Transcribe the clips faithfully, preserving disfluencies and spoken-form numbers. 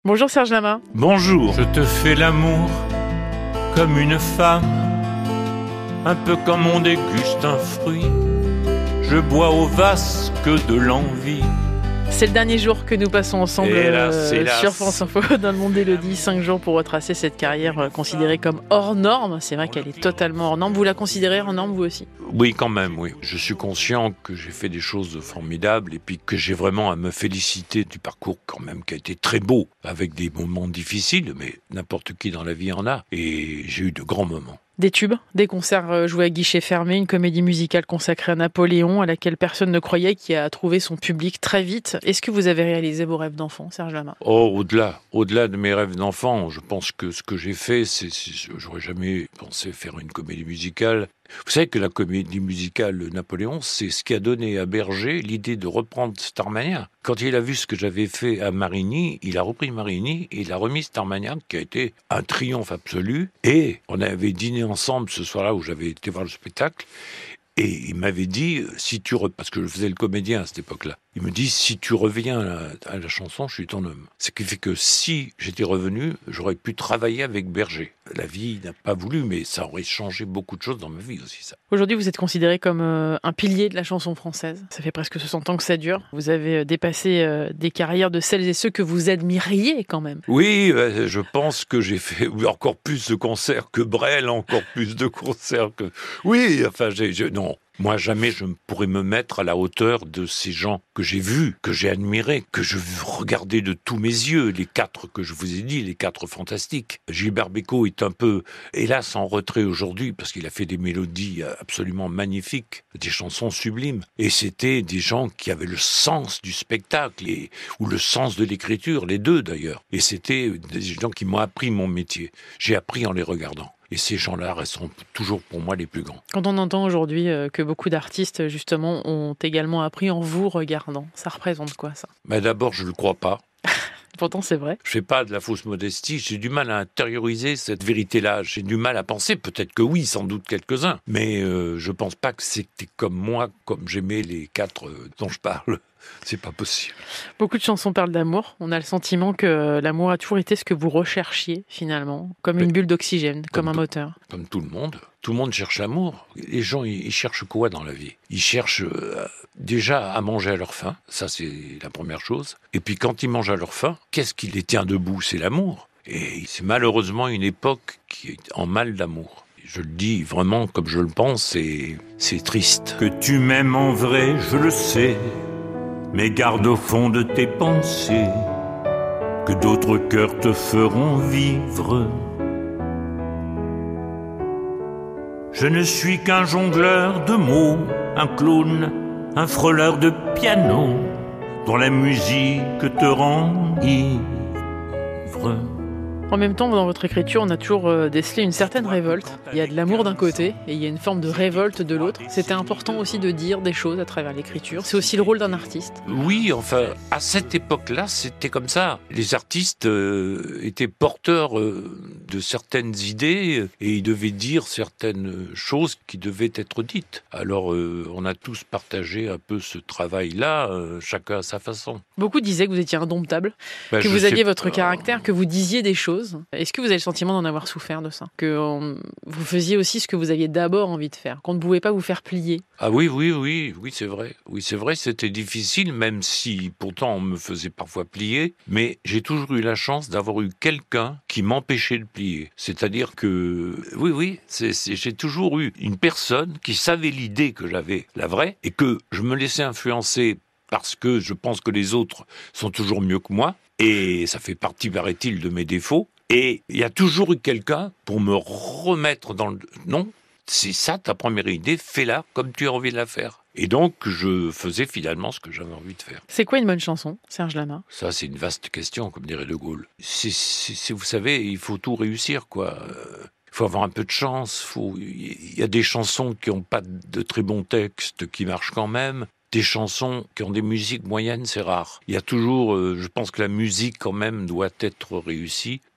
Bonjour Serge Lama. Bonjour. Je te fais l'amour comme une femme, un peu comme on déguste un fruit. Je bois au vase que de l'envie. C'est le dernier jour que nous passons ensemble hélas, euh, hélas. sur France Info dans le monde d'Élodie. Cinq jours pour retracer cette carrière euh, considérée comme hors norme. C'est vrai qu'elle est totalement hors norme. Vous la considérez hors norme, vous aussi ? Oui, quand même, oui. Je suis conscient que j'ai fait des choses formidables et puis que j'ai vraiment à me féliciter du parcours quand même qui a été très beau, avec des moments difficiles, mais n'importe qui dans la vie en a. Et j'ai eu de grands moments. Des tubes, des concerts joués à guichet fermé, une comédie musicale consacrée à Napoléon, à laquelle personne ne croyait, qui a trouvé son public très vite. Est-ce que vous avez réalisé vos rêves d'enfant, Serge Lama ? Oh, au-delà, au-delà de mes rêves d'enfant, je pense que ce que j'ai fait, c'est, c'est j'aurais jamais pensé faire une comédie musicale. Vous savez que la comédie musicale Napoléon, c'est ce qui a donné à Berger l'idée de reprendre Starmania. Quand il a vu ce que j'avais fait à Marigny, il a repris Marigny et il a remis Starmania, qui a été un triomphe absolu. Et on avait dîné ensemble ce soir-là où j'avais été voir le spectacle. Et il m'avait dit, si tu re... parce que je faisais le comédien à cette époque-là, il me dit, si tu reviens à la, à la chanson, je suis ton homme. Ce qui fait que si j'étais revenu, j'aurais pu travailler avec Berger. La vie n'a pas voulu, mais ça aurait changé beaucoup de choses dans ma vie aussi, ça. Aujourd'hui, vous êtes considéré comme euh, un pilier de la chanson française. Ça fait presque soixante ans que ça dure. Vous avez dépassé euh, des carrières de celles et ceux que vous admiriez quand même. Oui, euh, je pense que j'ai fait encore plus de concerts que Brel, encore plus de concerts que... Oui, enfin, j'ai... j'ai... non. Moi, jamais je ne pourrais me mettre à la hauteur de ces gens que j'ai vus, que j'ai admirés, que je regardais de tous mes yeux, les quatre que je vous ai dit, les quatre fantastiques. Gilbert Bécaud est un peu, hélas, en retrait aujourd'hui, parce qu'il a fait des mélodies absolument magnifiques, des chansons sublimes. Et c'était des gens qui avaient le sens du spectacle, et, ou le sens de l'écriture, les deux d'ailleurs. Et c'était des gens qui m'ont appris mon métier. J'ai appris en les regardant. Et ces gens-là resteront toujours pour moi les plus grands. Quand on entend aujourd'hui que beaucoup d'artistes, justement, ont également appris en vous regardant, ça représente quoi, ça ? Mais d'abord, je ne le crois pas. Pourtant, c'est vrai. Je fais pas de la fausse modestie, j'ai du mal à intérioriser cette vérité-là. J'ai du mal à penser, peut-être que oui, sans doute quelques-uns. Mais euh, je pense pas que c'était comme moi, comme j'aimais les quatre euh, dont je parle. C'est pas possible. Beaucoup de chansons parlent d'amour. On a le sentiment que l'amour a toujours été ce que vous recherchiez, finalement. Comme une bulle d'oxygène, comme, comme un moteur. Comme tout le monde. Tout le monde cherche l'amour. Les gens, ils cherchent quoi dans la vie ? Ils cherchent euh, déjà à manger à leur faim. Ça, c'est la première chose. Et puis, quand ils mangent à leur faim, qu'est-ce qui les tient debout ? C'est l'amour. Et c'est malheureusement une époque qui est en mal d'amour. Je le dis vraiment comme je le pense, et c'est triste. Que tu m'aimes en vrai, je le sais, mais garde au fond de tes pensées que d'autres cœurs te feront vivre. Je ne suis qu'un jongleur de mots, un clown, un frôleur de piano, dont la musique te rend ivre. En même temps, dans votre écriture, on a toujours décelé une certaine révolte. Il y a de l'amour d'un côté et il y a une forme de révolte de l'autre. C'était important aussi de dire des choses à travers l'écriture. C'est aussi le rôle d'un artiste. Oui, enfin, à cette époque-là, c'était comme ça. Les artistes euh, étaient porteurs euh, de certaines idées et ils devaient dire certaines choses qui devaient être dites. Alors, euh, on a tous partagé un peu ce travail-là, euh, chacun à sa façon. Beaucoup disaient que vous étiez indomptable, ben, que vous aviez sais... votre caractère, que vous disiez des choses. Est-ce que vous avez le sentiment d'en avoir souffert de ça ? Que on, vous faisiez aussi ce que vous aviez d'abord envie de faire, qu'on ne pouvait pas vous faire plier ? Ah oui, oui, oui, oui, c'est vrai. Oui, c'est vrai, c'était difficile, même si pourtant on me faisait parfois plier. Mais j'ai toujours eu la chance d'avoir eu quelqu'un qui m'empêchait de plier. C'est-à-dire que, oui, oui, c'est, c'est, j'ai toujours eu une personne qui savait l'idée que j'avais, la vraie, et que je me laissais influencer parce que je pense que les autres sont toujours mieux que moi. Et ça fait partie, paraît-il, de mes défauts. Et il y a toujours eu quelqu'un pour me remettre dans le... Non, c'est ça ta première idée, fais-la comme tu as envie de la faire. Et donc, je faisais finalement ce que j'avais envie de faire. C'est quoi une bonne chanson, Serge Lama ? Ça, c'est une vaste question, comme dirait De Gaulle. C'est, c'est, c'est, vous savez, il faut tout réussir, quoi. Il faut avoir un peu de chance. Faut... Il y a des chansons qui n'ont pas de très bons textes, qui marchent quand même. Des chansons qui ont des musiques moyennes, c'est rare. Il y a toujours, euh, je pense que la musique quand même doit être réussie.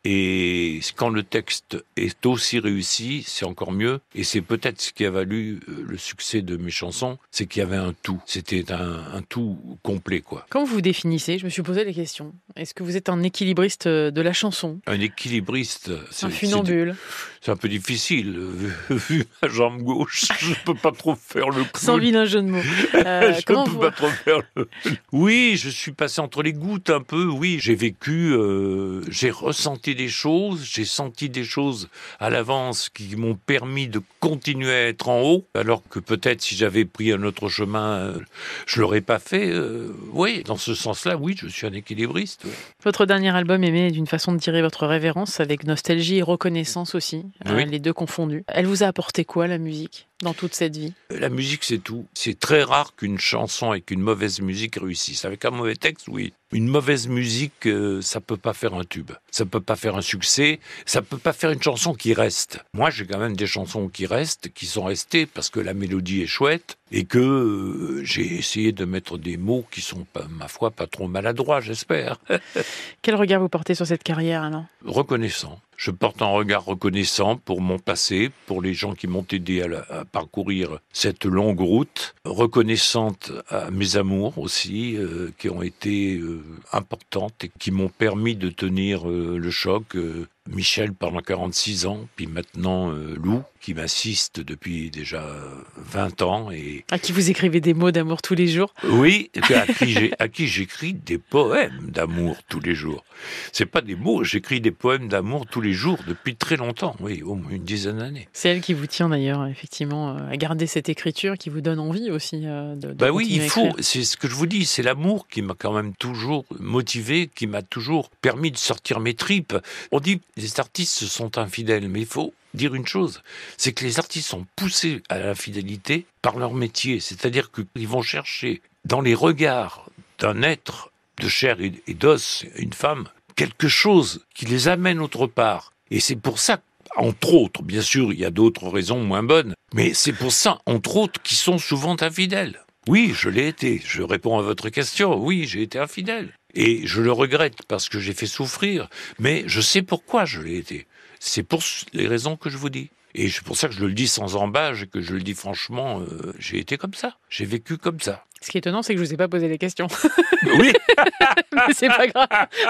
Et quand le texte est aussi réussi, c'est encore mieux. Et c'est peut-être ce qui a valu le succès de mes chansons, c'est qu'il y avait un tout. C'était un, un tout complet, quoi. Quand vous vous définissez, je me suis posé les questions. Est-ce que vous êtes un équilibriste de la chanson ? Un équilibriste, c'est un funambule. C'est, c'est un peu difficile. Vu ma jambe gauche, je ne peux pas trop faire le clown. Sans vilain jeu de mots. Euh, je ne peux vous... pas trop faire le... Oui, je suis passé entre les gouttes un peu. Oui, j'ai vécu, euh, j'ai ressenti des choses, j'ai senti des choses à l'avance qui m'ont permis de continuer à être en haut, alors que peut-être si j'avais pris un autre chemin, euh, je l'aurais pas fait. Euh, oui, dans ce sens-là, oui, je suis un équilibriste. Oui. Votre dernier album, Aimé, est une façon de tirer votre révérence avec nostalgie et reconnaissance aussi, oui. euh, les deux confondus. Elle vous a apporté quoi, la musique, dans toute cette vie ? La musique, c'est tout. C'est très rare qu'une chanson avec une mauvaise musique réussisse. Avec un mauvais texte, oui. Une mauvaise musique, euh, ça peut pas faire un tube. Ça peut pas faire un succès. Ça peut pas faire une chanson qui reste. Moi, j'ai quand même des chansons qui restent, qui sont restées parce que la mélodie est chouette et que euh, j'ai essayé de mettre des mots qui sont, pas, ma foi, pas trop maladroits, j'espère. Quel regard vous portez sur cette carrière, alors ? Reconnaissant. Je porte un regard reconnaissant pour mon passé, pour les gens qui m'ont aidé à, la, à parcourir cette longue route. Reconnaissante à mes amours aussi, euh, qui ont été euh, importantes et qui m'ont permis de tenir euh, le choc. Euh, Michel pendant quarante-six ans, puis maintenant euh, Lou, qui m'assiste depuis déjà vingt ans. Et... À qui vous écrivez des mots d'amour tous les jours ? Oui, à qui, j'ai, à qui j'écris des poèmes d'amour tous les jours. C'est pas des mots, j'écris des poèmes d'amour tous les jours depuis très longtemps, oui, au moins une dizaine d'années. C'est elle qui vous tient d'ailleurs, effectivement, à garder cette écriture, qui vous donne envie aussi de, de bah oui, il faut, écrire. C'est ce que je vous dis, c'est l'amour qui m'a quand même toujours motivé, qui m'a toujours permis de sortir mes tripes. On dit les artistes sont infidèles, mais il faut dire une chose, c'est que les artistes sont poussés à la fidélité par leur métier, c'est-à-dire qu'ils vont chercher dans les regards d'un être de chair et d'os, une femme, quelque chose qui les amène autre part. Et c'est pour ça, entre autres, bien sûr, il y a d'autres raisons moins bonnes, mais c'est pour ça, entre autres, qu'ils sont souvent infidèles. Oui, je l'ai été, je réponds à votre question, oui, j'ai été infidèle. Et je le regrette parce que j'ai fait souffrir, mais je sais pourquoi je l'ai été. C'est pour les raisons que je vous dis. Et c'est pour ça que je le dis sans embâche et que je le dis franchement, euh, j'ai été comme ça, j'ai vécu comme ça. Ce qui est étonnant, c'est que je ne vous ai pas posé les questions. Oui. Mais c'est pas grave.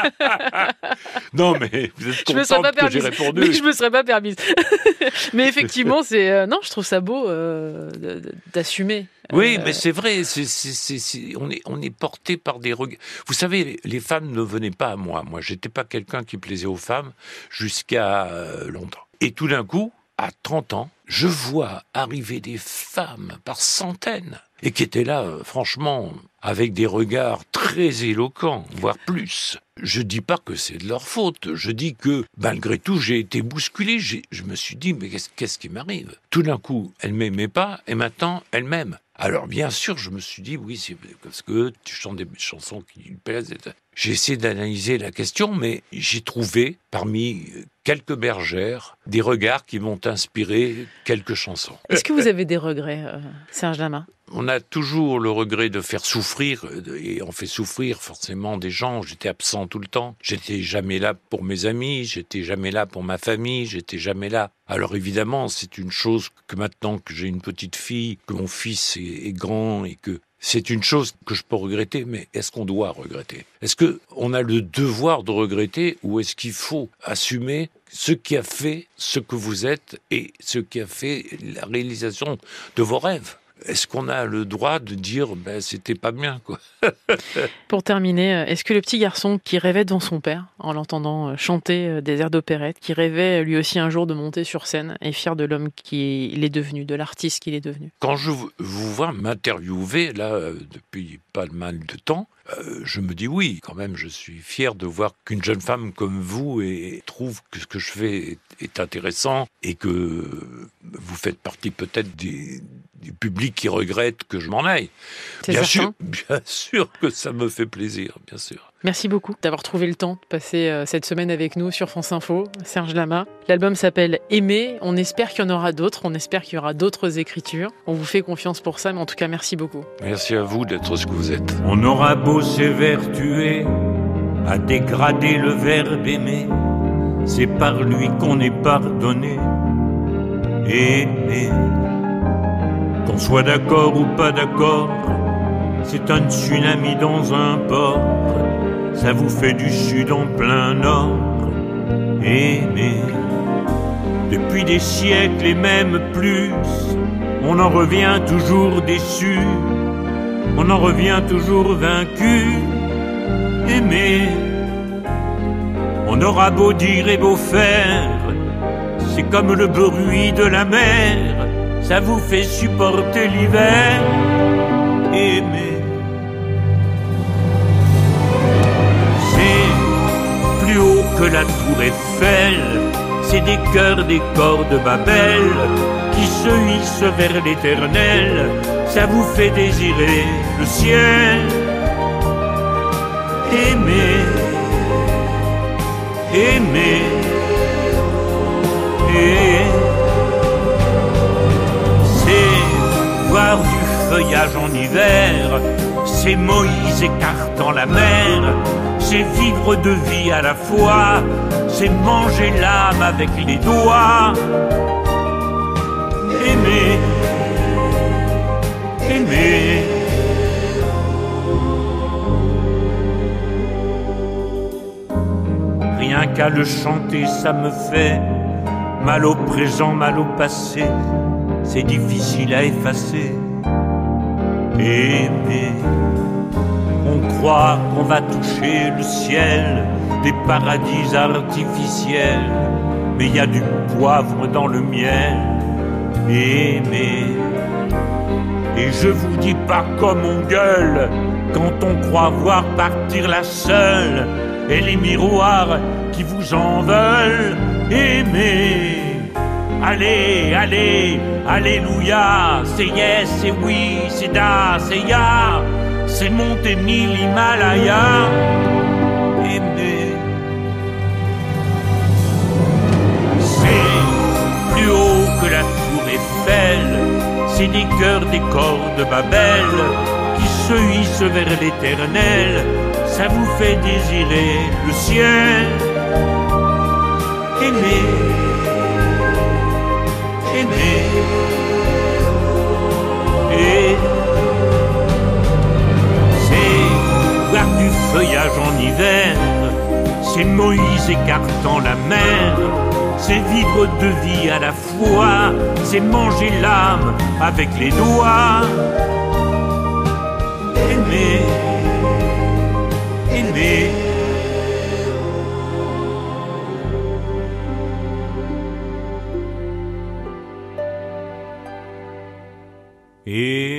Non, mais vous êtes contente que j'ai répondu. Mais je me serais pas permise. Mais effectivement, c'est euh, non, je trouve ça beau euh, d'assumer. Oui, euh... mais c'est vrai. C'est, c'est, c'est, c'est, on est, on est porté par des regards. Vous savez, les, les femmes ne venaient pas à moi. Moi, j'étais pas quelqu'un qui plaisait aux femmes jusqu'à euh, longtemps. Et tout d'un coup, à trente ans, je vois arriver des femmes par centaines. Et qui étaient là, euh, franchement, avec des regards très éloquents, voire plus. Je dis pas que c'est de leur faute, je dis que, malgré tout, j'ai été bousculé, j'ai, je me suis dit, mais qu'est-ce, qu'est-ce qui m'arrive ? Tout d'un coup, elle m'aimait pas, et maintenant, elle m'aime. Alors, bien sûr, je me suis dit, oui, c'est parce que tu chantes des chansons qui lui plaisent. J'ai essayé d'analyser la question, mais j'ai trouvé, parmi quelques bergères, des regards qui m'ont inspiré quelques chansons. Est-ce que vous avez des regrets, euh, Serge Lama ? On a toujours le regret de faire souffrir, et on fait souffrir forcément des gens. J'étais absent tout le temps. J'étais jamais là pour mes amis, j'étais jamais là pour ma famille, j'étais jamais là. Alors évidemment, c'est une chose que maintenant que j'ai une petite fille, que mon fils est, est grand et que c'est une chose que je peux regretter, mais est-ce qu'on doit regretter ? Est-ce qu'on a le devoir de regretter ou est-ce qu'il faut assumer ce qui a fait ce que vous êtes et ce qui a fait la réalisation de vos rêves ? Est-ce qu'on a le droit de dire ben, « c'était pas bien » quoi. Pour terminer, est-ce que le petit garçon qui rêvait devant son père, en l'entendant chanter des airs d'opérette, qui rêvait lui aussi un jour de monter sur scène, est fier de l'homme qu'il est devenu, de l'artiste qu'il est devenu ? Quand je vous vois m'interviewer, là, depuis pas mal de temps, euh, je me dis oui, quand même, je suis fier de voir qu'une jeune femme comme vous et, trouve que ce que je fais est, est intéressant et que vous faites partie peut-être des, du public qui regrette que je m'en aille. C'est bien certain. sûr, bien sûr que ça me fait plaisir, bien sûr. Merci beaucoup d'avoir trouvé le temps de passer euh, cette semaine avec nous sur France Info, Serge Lama. L'album s'appelle Aimer. On espère qu'il y en aura d'autres. On espère qu'il y aura d'autres écritures. On vous fait confiance pour ça, mais en tout cas, merci beaucoup. Merci à vous d'être ce que vous êtes. On aura beau s'évertuer à dégrader le verbe aimer, c'est par lui qu'on est pardonné. Aimer, qu'on soit d'accord ou pas d'accord, c'est un tsunami dans un port, ça vous fait du sud en plein nord. Aimer, depuis des siècles et même plus, on en revient toujours déçu, on en revient toujours vaincu. Aimer, on aura beau dire et beau faire, c'est comme le bruit de la mer, ça vous fait supporter l'hiver. Aimer, c'est plus haut que la tour Eiffel, c'est des cœurs, des corps de Babel qui se hissent vers l'éternel, ça vous fait désirer le ciel. Aimer, aimer, et c'est voir du feuillage en hiver, c'est Moïse écartant la mer, c'est vivre deux vies à la fois, c'est manger l'âme avec les doigts. Aimer, aimer, rien qu'à le chanter ça me fait mal au présent, mal au passé, c'est difficile à effacer. Aimer, on croit qu'on va toucher le ciel, des paradis artificiels, mais il y a du poivre dans le miel. Aimer, et je vous dis pas comme on gueule quand on croit voir partir la seule, et les miroirs qui vous en veulent. Aimer, allez, allez, alléluia, c'est yes, c'est oui, c'est da, c'est ya, c'est monter mille Himalaya. Aimer, c'est plus haut que la tour Eiffel, c'est des cœurs, des corps de Babel qui se hissent vers l'éternel, ça vous fait désirer le ciel. Aimer, aimer, et c'est voir du feuillage en hiver, c'est Moïse écartant la mer, c'est vivre deux vies à la fois, c'est manger l'âme avec les doigts. Aimer, aimer, et